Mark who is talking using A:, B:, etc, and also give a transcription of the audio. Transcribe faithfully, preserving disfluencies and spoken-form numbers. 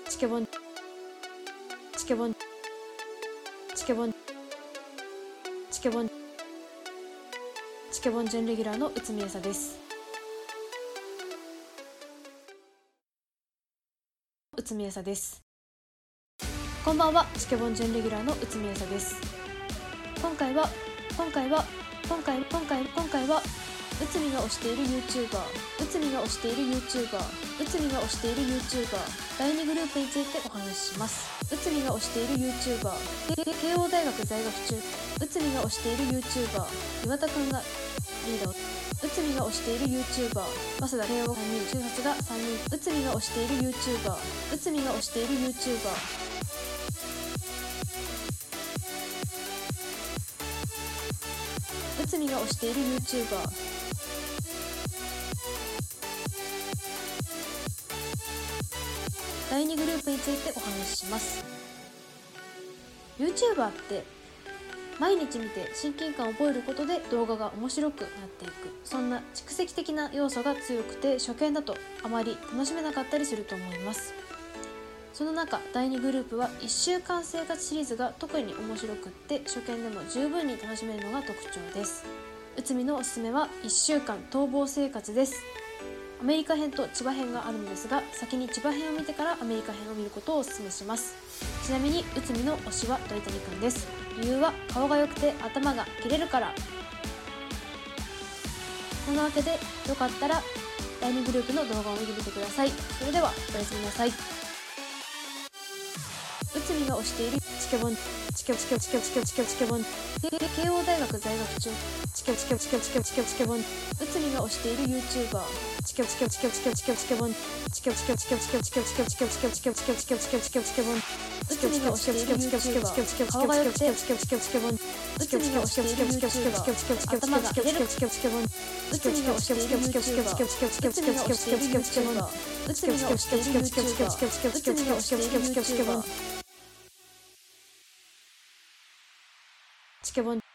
A: チケボンチケボンチケボンチケボンチケボン準レギュラーの内海あさです。内海あさです。こんばんは。チケボン準レギュラーの内海あさです。今回は今回は今回今回今回は内海が推している YouTuber 内海が推している YouTuber 内海が推している YouTuber だいにグループについてお話しします。内海が推している YouTuber 慶応大学在学中内海が推している YouTuber 岩田くんがリード内海が推している YouTuber 早稲田慶応さんにん中卒がさんにん内海が推している YouTuber 内海が推している YouTuber内海が推している YouTuber だいにグループについてお話しします。 YouTuber って毎日見て親近感を覚えることで動画が面白くなっていく、そんな蓄積的な要素が強くて初見だとあまり楽しめなかったりすると思います。その中だいにグループはいっしゅうかん生活シリーズが特に面白くって初見でも十分に楽しめるのが特徴です。内海のおすすめはいっしゅうかん逃亡生活です。アメリカ編と千葉編があるのですが、先に千葉編を見てからアメリカ編を見ることをお勧めします。ちなみに内海の推しは鳥谷くんです。理由は顔が良くて頭が切れるから。そんなわけでよかったらだいにグループの動画を見てみてください。それではおやすみなさい。内海が推しているチケボンチケチケチケチケチケチケボン慶応大学在学中チケチケチケチケチケチケボン内海が推している YouTuber チケチケチケチケチケチケボンチケチケチケチケチケチケチケチケチケチケチケチケチケチケボン内海が推している YouTuber 顔が良くてチケチケチケボン内海が推している YouTuber 頭が切れるチケチケボン内海が推している YouTuber 内海が推している YouTuber 内海が推している YouTuber 内海が推している YouTuberチケボン